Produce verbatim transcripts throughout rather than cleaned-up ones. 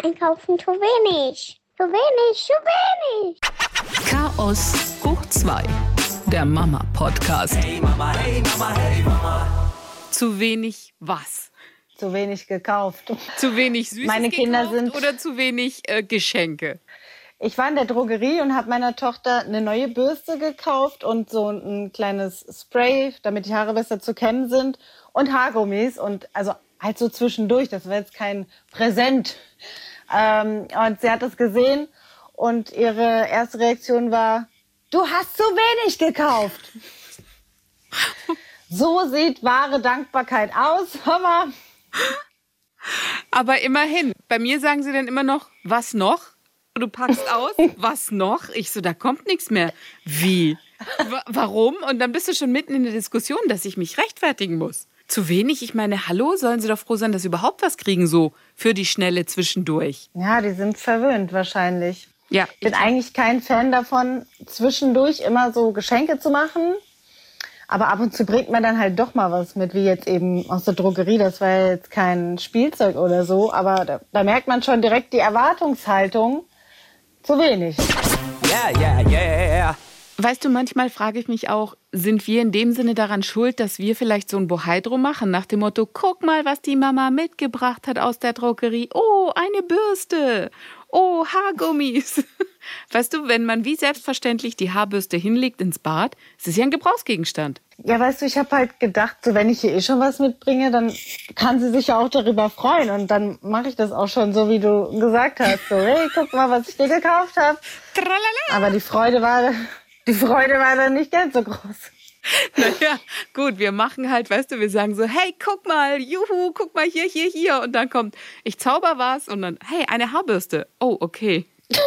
einkaufen zu wenig. Zu wenig, zu wenig. Chaos hoch zwei. Der Mama-Podcast. Hey Mama, hey Mama, hey Mama. Zu wenig was? Zu wenig gekauft. Zu wenig Süßes Meine Kinder gekauft sind oder zu wenig äh, Geschenke? Ich war in der Drogerie und habe meiner Tochter eine neue Bürste gekauft und so ein kleines Spray, damit die Haare besser zu kämmen sind und Haargummis und also halt so zwischendurch. Das war jetzt kein Präsent. Ähm, und sie hat es gesehen und ihre erste Reaktion war: Du hast zu wenig gekauft. So sieht wahre Dankbarkeit aus, Mama. Aber immerhin, bei mir sagen sie dann immer noch, was noch? Du packst aus, was noch? Ich so, da kommt nichts mehr. Wie? W- warum? Und dann bist du schon mitten in der Diskussion, dass ich mich rechtfertigen muss. Zu wenig? Ich meine, hallo, sollen sie doch froh sein, dass sie überhaupt was kriegen, so für die Schnelle zwischendurch. Ja, die sind verwöhnt wahrscheinlich. Ja, Ich bin eigentlich kein Fan davon, zwischendurch immer so Geschenke zu machen. Aber ab und zu bringt man dann halt doch mal was mit, wie jetzt eben aus der Drogerie. Das war jetzt kein Spielzeug oder so. Aber da, da merkt man schon direkt die Erwartungshaltung. Zu wenig. Yeah, yeah, yeah. Weißt du, manchmal frage ich mich auch, sind wir in dem Sinne daran schuld, dass wir vielleicht so ein Bohai drum machen, nach dem Motto, guck mal, was die Mama mitgebracht hat aus der Drogerie. Oh, eine Bürste. Oh, Haargummis. Weißt du, wenn man wie selbstverständlich die Haarbürste hinlegt ins Bad, ist es ja ein Gebrauchsgegenstand. Ja, weißt du, ich habe halt gedacht, so wenn ich hier eh schon was mitbringe, dann kann sie sich ja auch darüber freuen. Und dann mache ich das auch schon so, wie du gesagt hast. So, hey, guck mal, was ich dir gekauft habe. Aber die Freude war, die Freude war dann nicht ganz so groß. Naja, gut, wir machen halt, weißt du, wir sagen so, hey, guck mal, juhu, guck mal hier, hier, hier. Und dann kommt, ich zauber was und dann, hey, eine Haarbürste. Oh, okay.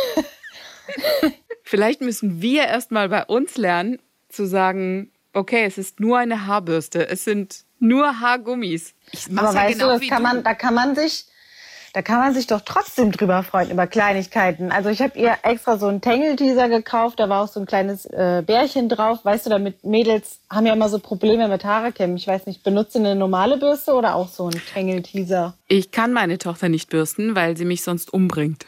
Vielleicht müssen wir erst mal bei uns lernen, zu sagen, okay, es ist nur eine Haarbürste, es sind nur Haargummis. Ich mach's Aber ja weißt genau du, das wie kann du. man, da kann man sich, da kann man sich doch trotzdem drüber freuen, über Kleinigkeiten. Also ich habe ihr extra so einen Tangle-Teaser gekauft, da war auch so ein kleines äh, Bärchen drauf. Weißt du, damit Mädels haben ja immer so Probleme mit Haare kämmen. Ich weiß nicht, benutzt du eine normale Bürste oder auch so einen Tangle-Teaser? Ich kann meine Tochter nicht bürsten, weil sie mich sonst umbringt.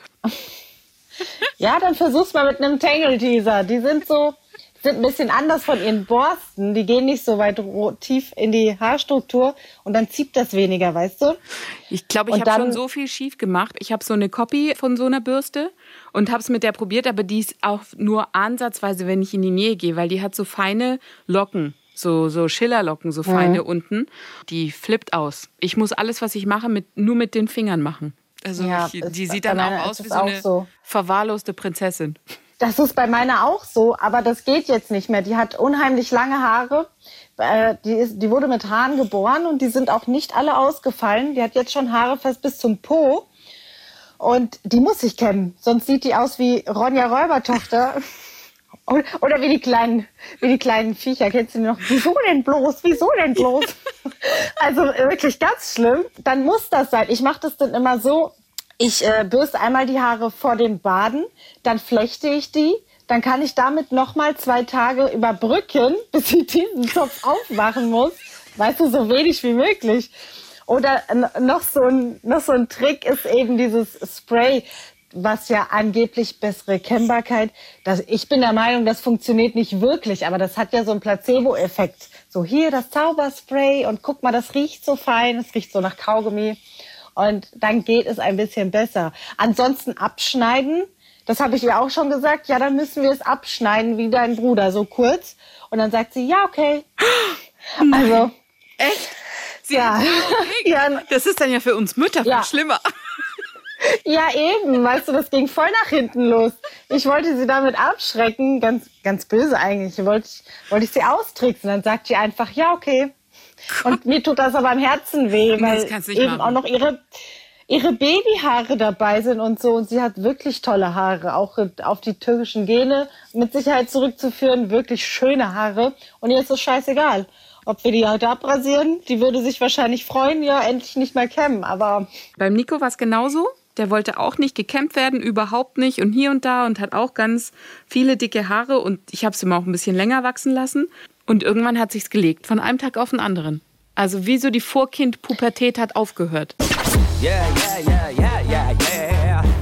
Ja, dann versuch's mal mit einem Tangle-Teaser. Die sind so, sind ein bisschen anders von ihren Borsten. Die gehen nicht so weit ro- tief in die Haarstruktur und dann zieht das weniger, weißt du? Ich glaube, ich Und habe dann- schon so viel schief gemacht. Ich habe so eine Copy von so einer Bürste und habe es mit der probiert, aber die ist auch nur ansatzweise, wenn ich in die Nähe gehe, weil die hat so feine Locken, so so Schillerlocken, so feine unten. Die flippt aus. Ich muss alles, was ich mache, mit nur mit den Fingern machen. Also Ja, ich, ist- die sieht bei dann meiner auch ist aus es wie so auch eine so. verwahrloste Prinzessin. Das ist bei meiner auch so, aber das geht jetzt nicht mehr. Die hat unheimlich lange Haare. Äh, die, ist, die wurde mit Haaren geboren und die sind auch nicht alle ausgefallen. Die hat jetzt schon Haare fast bis zum Po. Und die muss ich kämmen, sonst sieht die aus wie Ronja Räubertochter. Oder wie die kleinen, wie die kleinen Viecher. Kennst du die noch? Wieso denn bloß? Wieso denn bloß? Also wirklich ganz schlimm. Dann muss das sein. Ich mache das dann immer so. Ich äh, bürste einmal die Haare vor dem Baden, dann flechte ich die, dann kann ich damit nochmal zwei Tage überbrücken, bis ich diesen Zopf aufmachen muss. Weißt du, so wenig wie möglich. Oder n- noch so ein, noch so ein Trick ist eben dieses Spray, was ja angeblich bessere Kämmbarkeit. Das, ich bin der Meinung, das funktioniert nicht wirklich, aber das hat ja so einen Placebo-Effekt. So hier das Zauberspray und guck mal, das riecht so fein, es riecht so nach Kaugummi. Und dann geht es ein bisschen besser. Ansonsten abschneiden, das habe ich ihr auch schon gesagt. Ja, dann müssen wir es abschneiden wie dein Bruder, so kurz. Und dann sagt sie, ja, okay. Also, Echt? Sie ja. ja, Das ist dann ja für uns Mütter viel Ja. schlimmer. ja, eben. Weißt du, das ging voll nach hinten los. Ich wollte sie damit abschrecken. Ganz, ganz böse eigentlich. Wollte ich, wollte ich sie austricksen. Dann sagt sie einfach, ja, okay. Und mir tut das aber am Herzen weh, weil Das kannst du nicht eben machen. auch noch ihre, ihre Babyhaare dabei sind und so. Und sie hat wirklich tolle Haare, auch auf die türkischen Gene mit Sicherheit zurückzuführen. Wirklich schöne Haare. Und ihr ist es scheißegal, ob wir die heute abrasieren. Die würde sich wahrscheinlich freuen, ja, endlich nicht mehr kämmen. Aber Beim Nico war es genauso. Der wollte auch nicht gekämmt werden, überhaupt nicht. Und hier und da und hat auch ganz viele dicke Haare. Und ich habe es ihm auch ein bisschen länger wachsen lassen. Und irgendwann hat sich's gelegt, von einem Tag auf den anderen. Also wie so die Vorkind-Pubertät hat aufgehört. Yeah, yeah, yeah, yeah, yeah, yeah.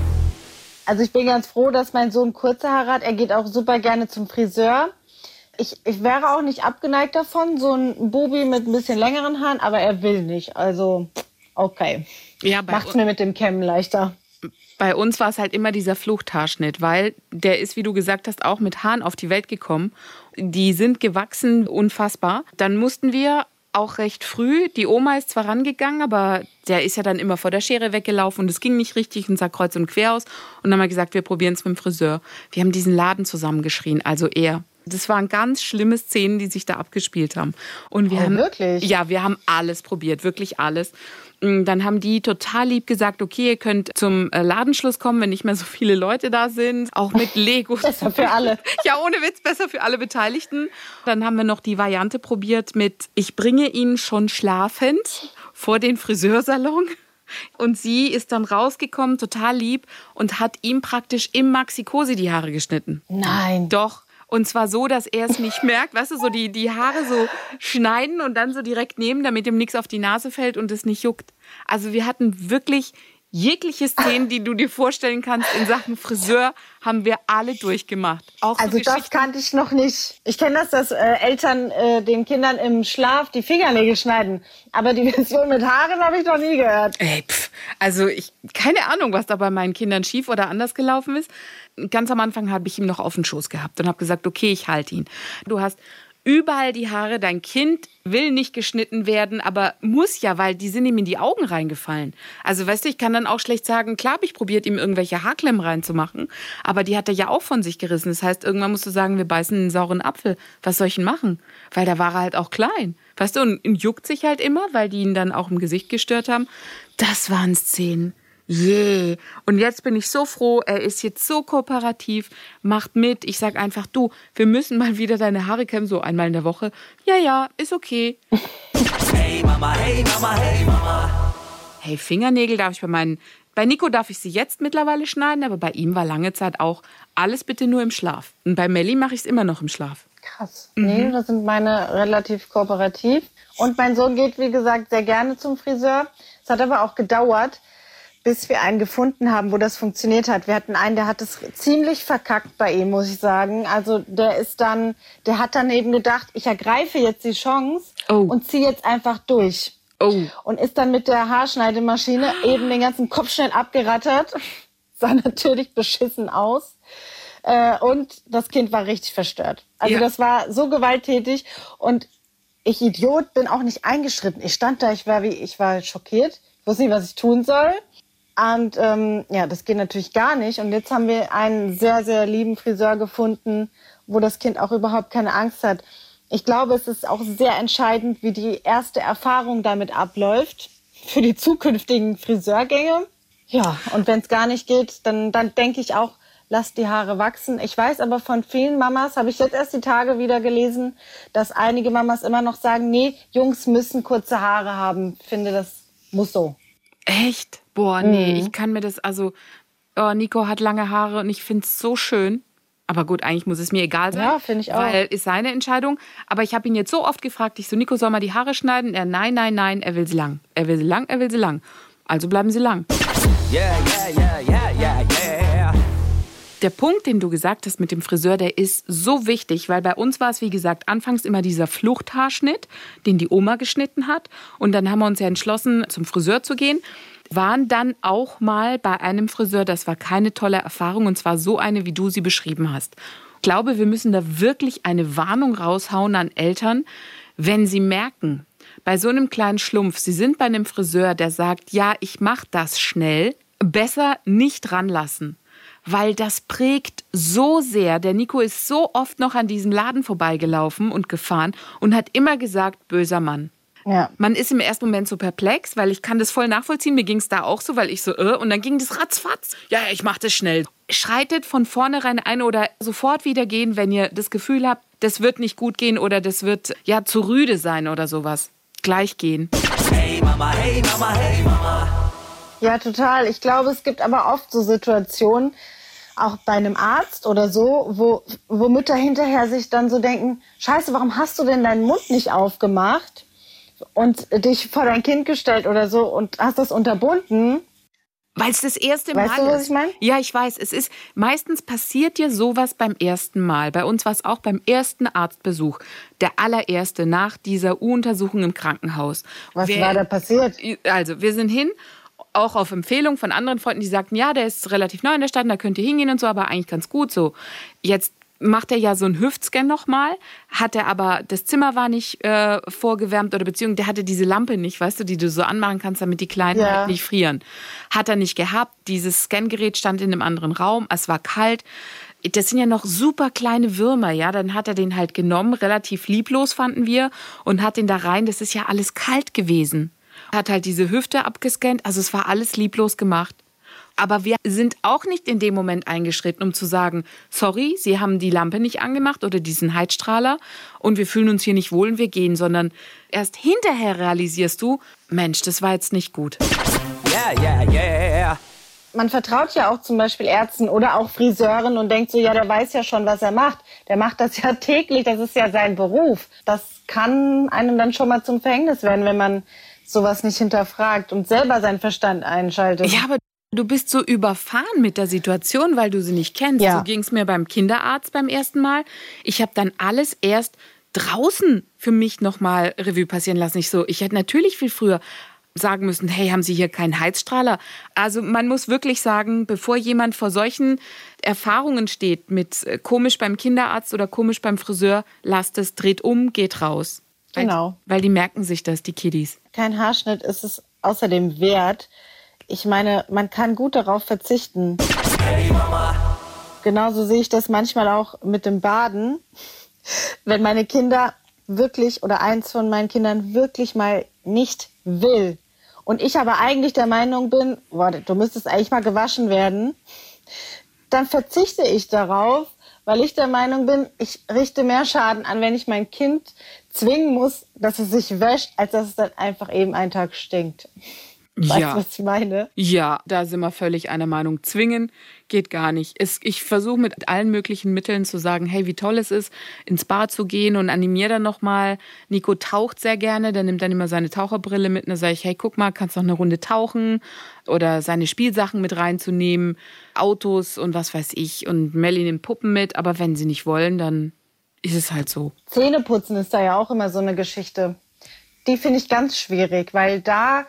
Also ich bin ganz froh, dass mein Sohn kurze Haare hat. Er geht auch super gerne zum Friseur. Ich, ich wäre auch nicht abgeneigt davon, so ein Bubi mit ein bisschen längeren Haaren, aber er will nicht. Also, okay. Ja, bei Macht's mir mit dem Kämmen leichter. Bei uns war es halt immer dieser Fluchthaarschnitt, weil der ist, wie du gesagt hast, auch mit Haaren auf die Welt gekommen. Die sind gewachsen, unfassbar. Dann mussten wir auch recht früh, die Oma ist zwar rangegangen, aber der ist ja dann immer vor der Schere weggelaufen und es ging nicht richtig und sah kreuz und quer aus. Und dann haben wir gesagt, wir probieren es mit dem Friseur. Wir haben diesen Laden zusammengeschrien, also er. Das waren ganz schlimme Szenen, die sich da abgespielt haben. Und wir Oh, haben wirklich? Ja, wir haben alles probiert, wirklich alles. Dann haben die total lieb gesagt, okay, ihr könnt zum Ladenschluss kommen, wenn nicht mehr so viele Leute da sind. Auch mit Lego. Besser für alle. Ja, ohne Witz, besser für alle Beteiligten. Dann haben wir noch die Variante probiert mit, ich bringe ihn schon schlafend vor den Friseursalon. Und sie ist dann rausgekommen, total lieb, und hat ihm praktisch im Maxi-Cosi die Haare geschnitten. Nein. Doch. Und zwar so, dass er es nicht merkt, weißt du, so die, die Haare so schneiden und dann so direkt nehmen, damit ihm nichts auf die Nase fällt und es nicht juckt. Also wir hatten wirklich jegliche Szenen, die du dir vorstellen kannst in Sachen Friseur, haben wir alle durchgemacht. Auch so Also das Geschichten- kannte ich noch nicht. Ich kenne das, dass äh, Eltern äh, den Kindern im Schlaf die Fingernägel schneiden. Aber die Version mit Haaren habe ich noch nie gehört. Ey, pff, also ich, keine Ahnung, was da bei meinen Kindern schief oder anders gelaufen ist. Ganz am Anfang habe ich ihn noch auf den Schoß gehabt und habe gesagt, okay, ich halte ihn. Du hast überall die Haare, dein Kind will nicht geschnitten werden, aber muss ja, weil die sind ihm in die Augen reingefallen. Also weißt du, ich kann dann auch schlecht sagen, klar habe ich probiert, ihm irgendwelche Haarklemmen reinzumachen, aber die hat er ja auch von sich gerissen. Das heißt, irgendwann musst du sagen, wir beißen einen sauren Apfel. Was soll ich denn machen? Weil da war er halt auch klein. Weißt du, und, und juckt sich halt immer, weil die ihn dann auch im Gesicht gestört haben. Das waren Szenen. Je. Und jetzt bin ich so froh, er ist jetzt so kooperativ, macht mit. Ich sag einfach, du, wir müssen mal wieder deine Haare kämmen, so einmal in der Woche. Ja, ja, ist okay. Hey Mama, hey Mama, hey Mama. Hey, Fingernägel darf ich bei meinen... Bei Nico darf ich sie jetzt mittlerweile schneiden, aber bei ihm war lange Zeit auch alles bitte nur im Schlaf. Und bei Melli mache ich es immer noch im Schlaf. Krass. Nee, da sind meine relativ kooperativ. Und mein Sohn geht, wie gesagt, sehr gerne zum Friseur. Es hat aber auch gedauert, bis wir einen gefunden haben, wo das funktioniert hat. Wir hatten einen, der hat es ziemlich verkackt bei ihm, muss ich sagen. Also der ist dann, der hat dann eben gedacht, ich ergreife jetzt die Chance Oh. und ziehe jetzt einfach durch. Oh. Und ist dann mit der Haarschneidemaschine eben den ganzen Kopf schnell abgerattert. Sah natürlich beschissen aus. Äh, und das Kind war richtig verstört. Also Ja. das war so gewalttätig. Und ich, Idiot, bin auch nicht eingeschritten. Ich stand da, ich war wie, ich war schockiert. Ich wusste nicht, was ich tun soll. Und ähm, ja, das geht natürlich gar nicht. Und jetzt haben wir einen sehr, sehr lieben Friseur gefunden, wo das Kind auch überhaupt keine Angst hat. Ich glaube, es ist auch sehr entscheidend, wie die erste Erfahrung damit abläuft für die zukünftigen Friseurgänge. Ja, und wenn es gar nicht geht, dann, dann denke ich auch, lasst die Haare wachsen. Ich weiß aber von vielen Mamas, habe ich jetzt erst die Tage wieder gelesen, dass einige Mamas immer noch sagen, nee, Jungs müssen kurze Haare haben. Ich finde, das muss so. Echt? Boah, nee, Mhm. ich kann mir das, also, oh, Nico hat lange Haare und ich finde es so schön. Aber gut, eigentlich muss es mir egal sein. Ja, finde ich auch. Weil ist seine Entscheidung. Aber ich habe ihn jetzt so oft gefragt, ich so, Nico, soll mal die Haare schneiden? Er, nein, nein, nein, er will sie lang. Er will sie lang, er will sie lang. Also bleiben sie lang. Yeah, yeah, yeah, yeah, yeah, yeah. Der Punkt, den du gesagt hast mit dem Friseur, der ist so wichtig, weil bei uns war es, wie gesagt, anfangs immer dieser Fluchthaarschnitt, den die Oma geschnitten hat. Und dann haben wir uns ja entschlossen, zum Friseur zu gehen. Waren dann auch mal bei einem Friseur, das war keine tolle Erfahrung, und zwar so eine, wie du sie beschrieben hast. Ich glaube, wir müssen da wirklich eine Warnung raushauen an Eltern, wenn sie merken, bei so einem kleinen Schlumpf, sie sind bei einem Friseur, der sagt, ja, ich mache das schnell, besser nicht ranlassen. Weil das prägt so sehr. Der Nico ist so oft noch an diesem Laden vorbeigelaufen und gefahren und hat immer gesagt, böser Mann. Ja. Man ist im ersten Moment so perplex, weil ich kann das voll nachvollziehen. Mir ging es da auch so, weil ich so, äh, und dann ging das ratzfatz. Ja, ja, ich mach das schnell. Schreitet von vornherein ein oder sofort wieder gehen, wenn ihr das Gefühl habt, das wird nicht gut gehen oder das wird ja zu rüde sein oder sowas. Gleich gehen. Hey Mama, hey Mama, hey Mama. Ja, total. Ich glaube, es gibt aber oft so Situationen, auch bei einem Arzt oder so, wo, wo Mütter hinterher sich dann so denken, Scheiße, warum hast du denn deinen Mund nicht aufgemacht und dich vor dein Kind gestellt oder so und hast das unterbunden? Weil es das erste Weißt Mal du, was ist. ich meine? Ja, ich weiß. Es ist meistens passiert dir sowas beim ersten Mal. Bei uns war es auch beim ersten Arztbesuch, der allererste nach dieser U-Untersuchung im Krankenhaus. Was Wer- war da passiert? Also, wir sind hin, auch auf Empfehlung von anderen Freunden, die sagten, ja, der ist relativ neu in der Stadt, da könnt ihr hingehen und so, aber eigentlich ganz gut so. Jetzt macht er ja so einen Hüftscan nochmal, hat er aber, das Zimmer war nicht äh, vorgewärmt oder beziehungsweise der hatte diese Lampe nicht, weißt du, die du so anmachen kannst, damit die Kleinen Ja. halt nicht frieren. Hat er nicht gehabt, dieses Scangerät stand in einem anderen Raum, es war kalt. Das sind ja noch super kleine Würmer, ja, dann hat er den halt genommen, relativ lieblos fanden wir und hat den da rein, das ist ja alles kalt gewesen. Hat halt diese Hüfte abgescannt, also es war alles lieblos gemacht. Aber wir sind auch nicht in dem Moment eingeschritten, um zu sagen, sorry, Sie haben die Lampe nicht angemacht oder diesen Heizstrahler und wir fühlen uns hier nicht wohl und wir gehen, sondern erst hinterher realisierst du, Mensch, das war jetzt nicht gut. Yeah, yeah, yeah. Man vertraut ja auch zum Beispiel Ärzten oder auch Friseuren und denkt so, ja, der weiß ja schon, was er macht. Der macht das ja täglich, das ist ja sein Beruf. Das kann einem dann schon mal zum Verhängnis werden, wenn man sowas nicht hinterfragt und selber seinen Verstand einschaltet. Ja, aber du bist so überfahren mit der Situation, weil du sie nicht kennst. Ja. So ging es mir beim Kinderarzt beim ersten Mal. Ich habe dann alles erst draußen für mich nochmal Revue passieren lassen. Ich so, ich hätte natürlich viel früher sagen müssen, hey, haben Sie hier keinen Heizstrahler? Also man muss wirklich sagen, bevor jemand vor solchen Erfahrungen steht mit äh, komisch beim Kinderarzt oder komisch beim Friseur, lasst es, dreht um, geht raus. Genau. Weil, weil die merken sich das, die Kiddies. Kein Haarschnitt ist es außerdem wert. Ich meine, man kann gut darauf verzichten. Genauso sehe ich das manchmal auch mit dem Baden. Wenn meine Kinder wirklich oder eins von meinen Kindern wirklich mal nicht will und ich aber eigentlich der Meinung bin, boah, du müsstest eigentlich mal gewaschen werden, dann verzichte ich darauf, weil ich der Meinung bin, ich richte mehr Schaden an, wenn ich mein Kind zwingen muss, dass es sich wäscht, als dass es dann einfach eben einen Tag stinkt. Weißt Ja. du, was ich meine? Ja, da sind wir völlig einer Meinung. Zwingen geht gar nicht. Es, ich versuche mit allen möglichen Mitteln zu sagen, hey, wie toll es ist, ins Bad zu gehen und animiere dann nochmal. Nico taucht sehr gerne, der nimmt dann immer seine Taucherbrille mit und dann sage ich, hey, guck mal, kannst noch eine Runde tauchen oder seine Spielsachen mit reinzunehmen, Autos und was weiß ich und Melly nimmt Puppen mit, aber wenn sie nicht wollen, dann ist es halt so. Zähneputzen ist da ja auch immer so eine Geschichte. Die finde ich ganz schwierig, weil da,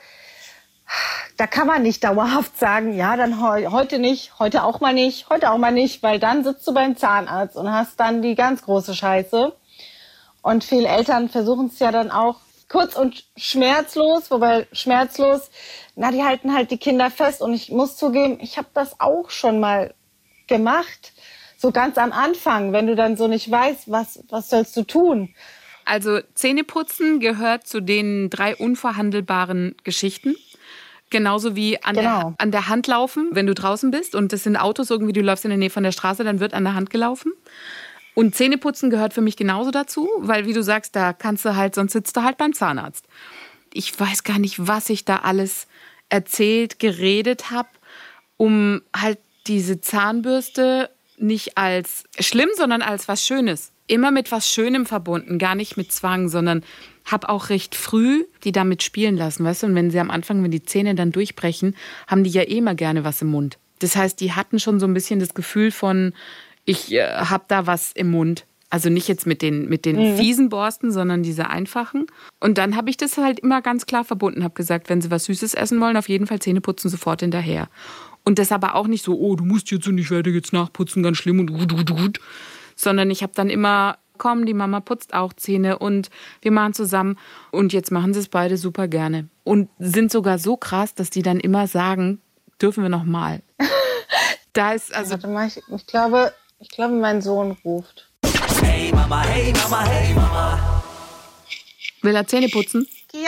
da kann man nicht dauerhaft sagen, ja, dann heu, heute nicht, heute auch mal nicht, heute auch mal nicht, weil dann sitzt du beim Zahnarzt und hast dann die ganz große Scheiße. Und viele Eltern versuchen es ja dann auch kurz und schmerzlos, wobei schmerzlos, na, die halten halt die Kinder fest. Und ich muss zugeben, ich habe das auch schon mal gemacht, so ganz am Anfang, wenn du dann so nicht weißt, was, was sollst du tun. Also Zähneputzen gehört zu den drei unverhandelbaren Geschichten. Genauso wie an, Genau. der, an der Hand laufen, wenn du draußen bist und das sind Autos, irgendwie du läufst in der Nähe von der Straße, dann wird an der Hand gelaufen. Und Zähneputzen gehört für mich genauso dazu, weil wie du sagst, da kannst du halt, sonst sitzt du halt beim Zahnarzt. Ich weiß gar nicht, was ich da alles erzählt, geredet habe, um halt diese Zahnbürste nicht als schlimm, sondern als was Schönes. Immer mit was Schönem verbunden, gar nicht mit Zwang, sondern habe auch recht früh die damit spielen lassen, weißt du? Und wenn sie am Anfang, wenn die Zähne dann durchbrechen, haben die ja eh immer gerne was im Mund. Das heißt, die hatten schon so ein bisschen das Gefühl von, ich äh, habe da was im Mund. Also nicht jetzt mit den, mit den Mhm. fiesen Borsten, sondern diese einfachen. Und dann habe ich das halt immer ganz klar verbunden, habe gesagt, wenn sie was Süßes essen wollen, auf jeden Fall Zähne putzen sofort hinterher. Und das aber auch nicht so, oh, du musst jetzt und ich werde jetzt nachputzen, ganz schlimm und gut, gut, gut. Sondern ich habe dann immer, komm, die Mama putzt auch Zähne und wir machen zusammen. Und jetzt machen sie es beide super gerne. Und sind sogar so krass, dass die dann immer sagen, dürfen wir noch mal. Da ist also, Warte mal, ich, ich glaube, ich glaube, mein Sohn ruft. Hey Mama, hey Mama, hey Mama. will er Zähne putzen? Kian?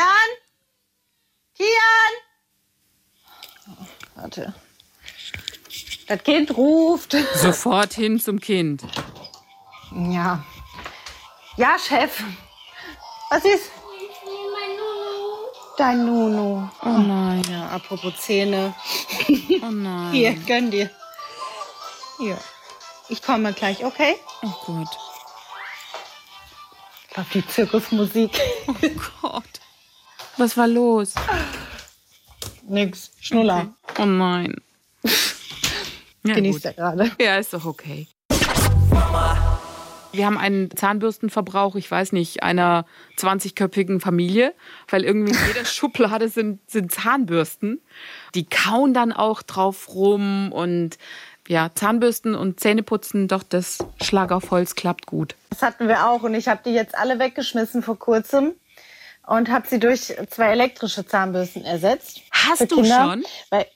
Kian? Oh, warte. Das Kind ruft. Sofort hin zum Kind. Ja. Ja, Chef. Was ist? Dein Nunu. Oh nein, Ja, apropos Zähne. oh nein. Hier, gönn dir. Hier. Ich komme gleich, okay? Oh Gott. Ich glaube, die Zirkusmusik. Oh Gott. Was war los? Nix. Schnuller. Oh nein. Ja, Genießt gut. er gerade. Ja, ist doch okay. Wir haben einen Zahnbürstenverbrauch, ich weiß nicht, einer zwanzigköpfigen Familie, weil irgendwie in jeder Schublade sind, sind Zahnbürsten. Die kauen dann auch drauf rum und ja, Zahnbürsten und Zähneputzen, doch das Schlag auf Holz klappt gut. Das hatten wir auch und ich habe die jetzt alle weggeschmissen vor kurzem und habe sie durch zwei elektrische Zahnbürsten ersetzt. Hast für du Kinder, schon? Weil,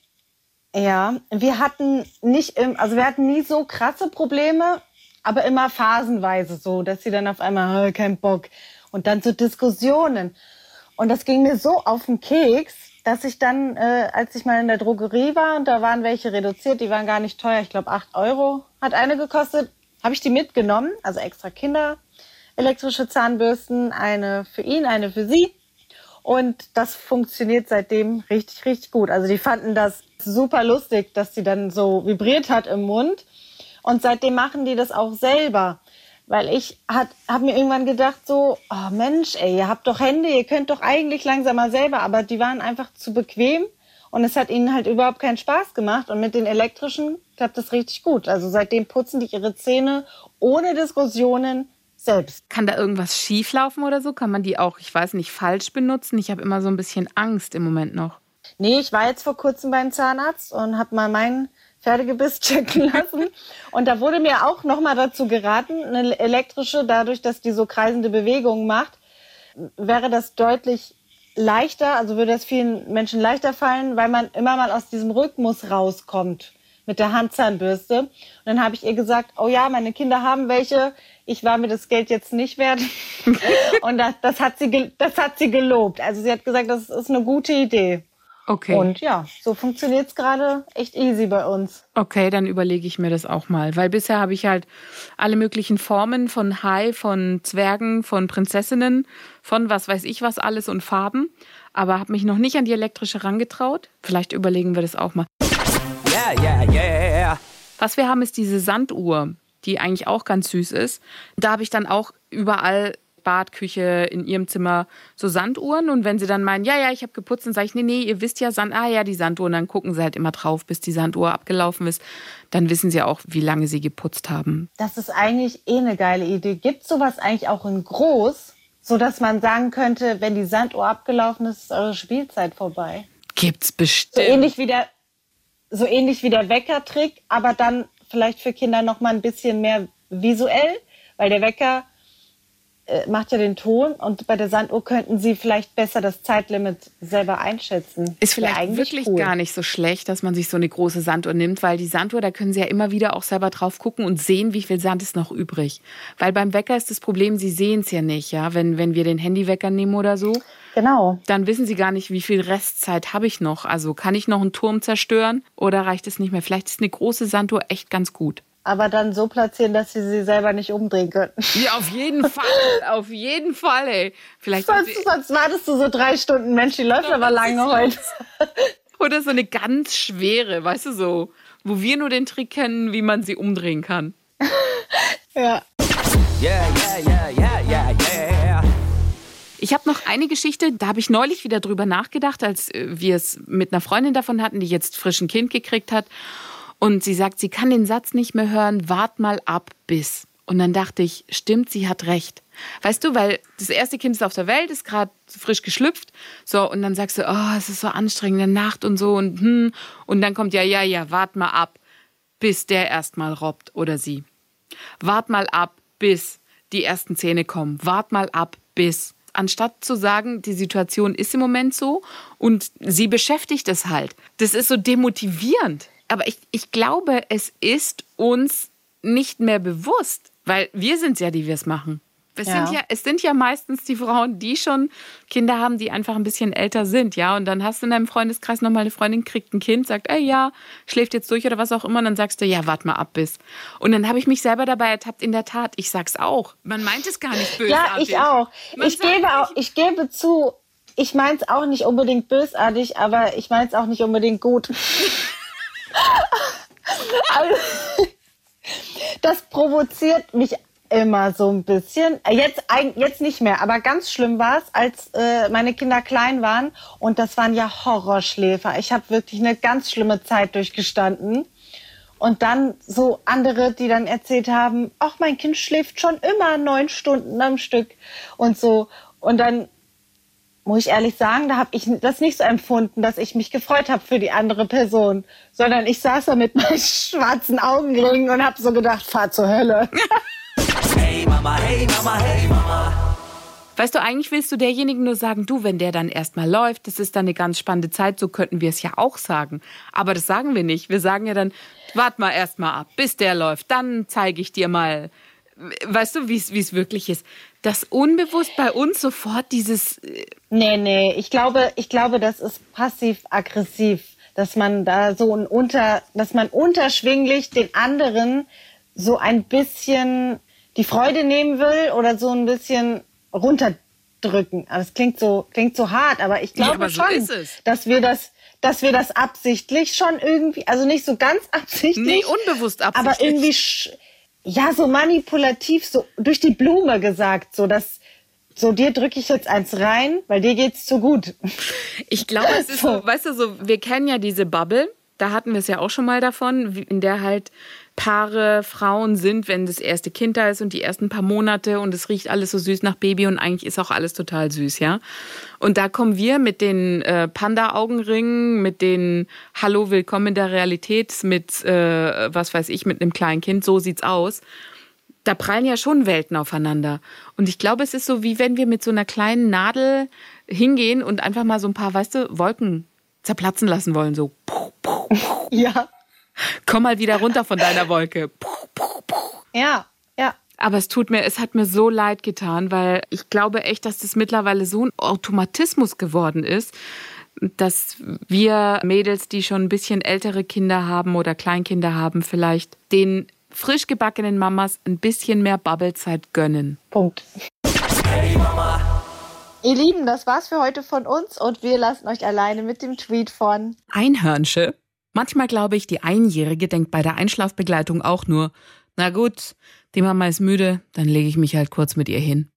ja, wir hatten nicht, im, also wir hatten nie so krasse Probleme, aber immer phasenweise so, dass sie dann auf einmal, äh, kein Bock. Und dann so Diskussionen. Und das ging mir so auf den Keks, dass ich dann, äh, als ich mal in der Drogerie war, und da waren welche reduziert, die waren gar nicht teuer, ich glaube acht Euro hat eine gekostet, habe ich die mitgenommen, also extra Kinder, elektrische Zahnbürsten, eine für ihn, eine für sie. Und das funktioniert seitdem richtig, richtig gut. Also die fanden das super lustig, dass die dann so vibriert hat im Mund. Und seitdem machen die das auch selber. Weil ich habe mir irgendwann gedacht so, oh Mensch, ey, ihr habt doch Hände, ihr könnt doch eigentlich langsam mal selber. Aber die waren einfach zu bequem und es hat ihnen halt überhaupt keinen Spaß gemacht. Und mit den elektrischen klappt das richtig gut. Also seitdem putzen die ihre Zähne ohne Diskussionen selbst. Kann da irgendwas schieflaufen oder so? Kann man die auch, ich weiß nicht, falsch benutzen? Ich habe immer so ein bisschen Angst im Moment noch. Nee, ich war jetzt vor kurzem beim Zahnarzt und habe mal meinen Pferdegebiss checken lassen. Und da wurde mir auch nochmal dazu geraten, eine elektrische, dadurch, dass die so kreisende Bewegungen macht, wäre das deutlich leichter, also würde das vielen Menschen leichter fallen, weil man immer mal aus diesem Rhythmus rauskommt mit der Handzahnbürste. Und dann habe ich ihr gesagt, oh ja, meine Kinder haben welche, ich war mir das Geld jetzt nicht wert. Und das, das, hat sie, das hat sie gelobt. Also sie hat gesagt, das ist eine gute Idee. Okay. Und ja, so funktioniert es gerade echt easy bei uns. Okay, dann überlege ich mir das auch mal. Weil bisher habe ich halt alle möglichen Formen von Hai, von Zwergen, von Prinzessinnen, von was weiß ich was alles und Farben. Aber habe mich noch nicht an die elektrische rangetraut. Vielleicht überlegen wir das auch mal. Yeah, yeah, yeah. Was wir haben, ist diese Sanduhr, die eigentlich auch ganz süß ist. Da habe ich dann auch überall Bad, Küche, in ihrem Zimmer so Sanduhren. Und wenn sie dann meinen, ja, ja, ich habe geputzt, dann sage ich, nee, nee, ihr wisst ja, Sand, ah ja, die Sanduhr. Und dann gucken sie halt immer drauf, bis die Sanduhr abgelaufen ist. Dann wissen sie auch, wie lange sie geputzt haben. Das ist eigentlich eh eine geile Idee. Gibt sowas eigentlich auch in groß, sodass man sagen könnte, wenn die Sanduhr abgelaufen ist, ist eure Spielzeit vorbei? Gibt's bestimmt. So ähnlich wie der, so ähnlich wie der Weckertrick, aber dann vielleicht für Kinder noch mal ein bisschen mehr visuell, weil der Wecker macht ja den Ton und bei der Sanduhr könnten sie vielleicht besser das Zeitlimit selber einschätzen. Ist vielleicht wirklich cool. Gar nicht so schlecht, dass man sich so eine große Sanduhr nimmt, weil die Sanduhr, da können sie ja immer wieder auch selber drauf gucken und sehen, wie viel Sand ist noch übrig. Weil beim Wecker ist das Problem, sie sehen es ja nicht, ja, wenn, wenn wir den Handywecker nehmen oder so. Genau. Dann wissen sie gar nicht, wie viel Restzeit habe ich noch. Also kann ich noch einen Turm zerstören oder reicht es nicht mehr? Vielleicht ist eine große Sanduhr echt ganz gut. Aber dann so platzieren, dass sie sie selber nicht umdrehen können. Ja, auf jeden Fall. Auf jeden Fall, ey. Vielleicht sonst, sonst wartest du so drei Stunden. Mensch, die läuft aber lange heute. Oder so eine ganz schwere, weißt du so, wo wir nur den Trick kennen, wie man sie umdrehen kann. Ja. Yeah, yeah, yeah, yeah, yeah, yeah. Ich habe noch eine Geschichte, da habe ich neulich wieder drüber nachgedacht, als wir es mit einer Freundin davon hatten, die jetzt frisch ein Kind gekriegt hat. Und sie sagt, sie kann den Satz nicht mehr hören, wart mal ab bis. Und dann dachte ich, stimmt, sie hat recht. Weißt du, weil das erste Kind ist auf der Welt, ist gerade frisch geschlüpft. So, und dann sagst du, oh, es ist so anstrengend, in der Nacht und so. Und, hm. und dann kommt ja, ja, ja, wart mal ab, bis der erstmal robbt oder sie. Wart mal ab, bis die ersten Zähne kommen. Wart mal ab, bis. Anstatt zu sagen, die Situation ist im Moment so und sie beschäftigt es halt. Das ist so demotivierend. Aber ich, ich glaube, es ist uns nicht mehr bewusst, weil wir sind ja, die wir es machen. Es, ja. Sind ja, es sind ja meistens die Frauen, die schon Kinder haben, die einfach ein bisschen älter sind. Ja? Und dann hast du in deinem Freundeskreis nochmal eine Freundin, kriegt ein Kind, sagt, ey, ja, schläft jetzt durch oder was auch immer. Und dann sagst du, ja, wart mal ab bis. Und dann habe ich mich selber dabei ertappt, in der Tat, ich sag's auch. Man meint es gar nicht bösartig. Ja, ich auch. Ich gebe, auch, ich gebe zu, ich meine es auch nicht unbedingt bösartig, aber ich meine es auch nicht unbedingt gut. Also, das provoziert mich immer so ein bisschen. Jetzt, jetzt nicht mehr, aber ganz schlimm war es, als äh, meine Kinder klein waren. Und das waren ja Horrorschläfer. Ich habe wirklich eine ganz schlimme Zeit durchgestanden. Und dann so andere, die dann erzählt haben, ach, mein Kind schläft schon immer neun Stunden am Stück und so. Und dann muss ich ehrlich sagen, da habe ich das nicht so empfunden, dass ich mich gefreut habe für die andere Person, sondern ich saß da mit meinen schwarzen Augenringen und habe so gedacht, fahr zur Hölle. Hey Mama, hey Mama, hey Mama. Weißt du, eigentlich willst du derjenigen nur sagen, du, wenn der dann erstmal läuft, das ist dann eine ganz spannende Zeit, so könnten wir es ja auch sagen. Aber das sagen wir nicht. Wir sagen ja dann, wart mal erstmal ab, bis der läuft, dann zeige ich dir mal, weißt du, wie es wirklich ist. Dass unbewusst bei uns sofort dieses... Nee, nee, ich glaube, ich glaube, das ist passiv-aggressiv, dass man da so ein unter, dass man unterschwinglich den anderen so ein bisschen die Freude nehmen will oder so ein bisschen runterdrücken. Aber es klingt so, klingt so hart, aber ich glaube ja, aber so schon, ist es. dass wir das, dass wir das absichtlich schon irgendwie, also nicht so ganz absichtlich. Nee, unbewusst absichtlich. Aber irgendwie, ja, so manipulativ, so durch die Blume gesagt, so dass, so dir drücke ich jetzt eins rein, weil dir geht's zu gut. Ich glaube, es ist so, weißt du, so, wir kennen ja diese Bubble, da hatten wir es ja auch schon mal davon, in der halt Paare, Frauen sind, wenn das erste Kind da ist und die ersten paar Monate und es riecht alles so süß nach Baby und eigentlich ist auch alles total süß, ja. Und da kommen wir mit den äh, Panda-Augenringen, mit den Hallo, willkommen in der Realität, mit, äh, was weiß ich, mit einem kleinen Kind, so sieht's aus. Da prallen ja schon Welten aufeinander. Und ich glaube, es ist so, wie wenn wir mit so einer kleinen Nadel hingehen und einfach mal so ein paar, weißt du, Wolken zerplatzen lassen wollen, so. Ja. Komm mal wieder runter von deiner Wolke. Ja, ja. Aber es tut mir, es hat mir so leid getan, weil ich glaube echt, dass das mittlerweile so ein Automatismus geworden ist, dass wir Mädels, die schon ein bisschen ältere Kinder haben oder Kleinkinder haben, vielleicht den frisch gebackenen Mamas ein bisschen mehr Bubblezeit gönnen. Punkt. Hey Mama. Ihr Lieben, das war's für heute von uns und wir lassen euch alleine mit dem Tweet von Einhörnsche. Manchmal glaube ich, die Einjährige denkt bei der Einschlafbegleitung auch nur, na gut, die Mama ist müde, dann lege ich mich halt kurz mit ihr hin.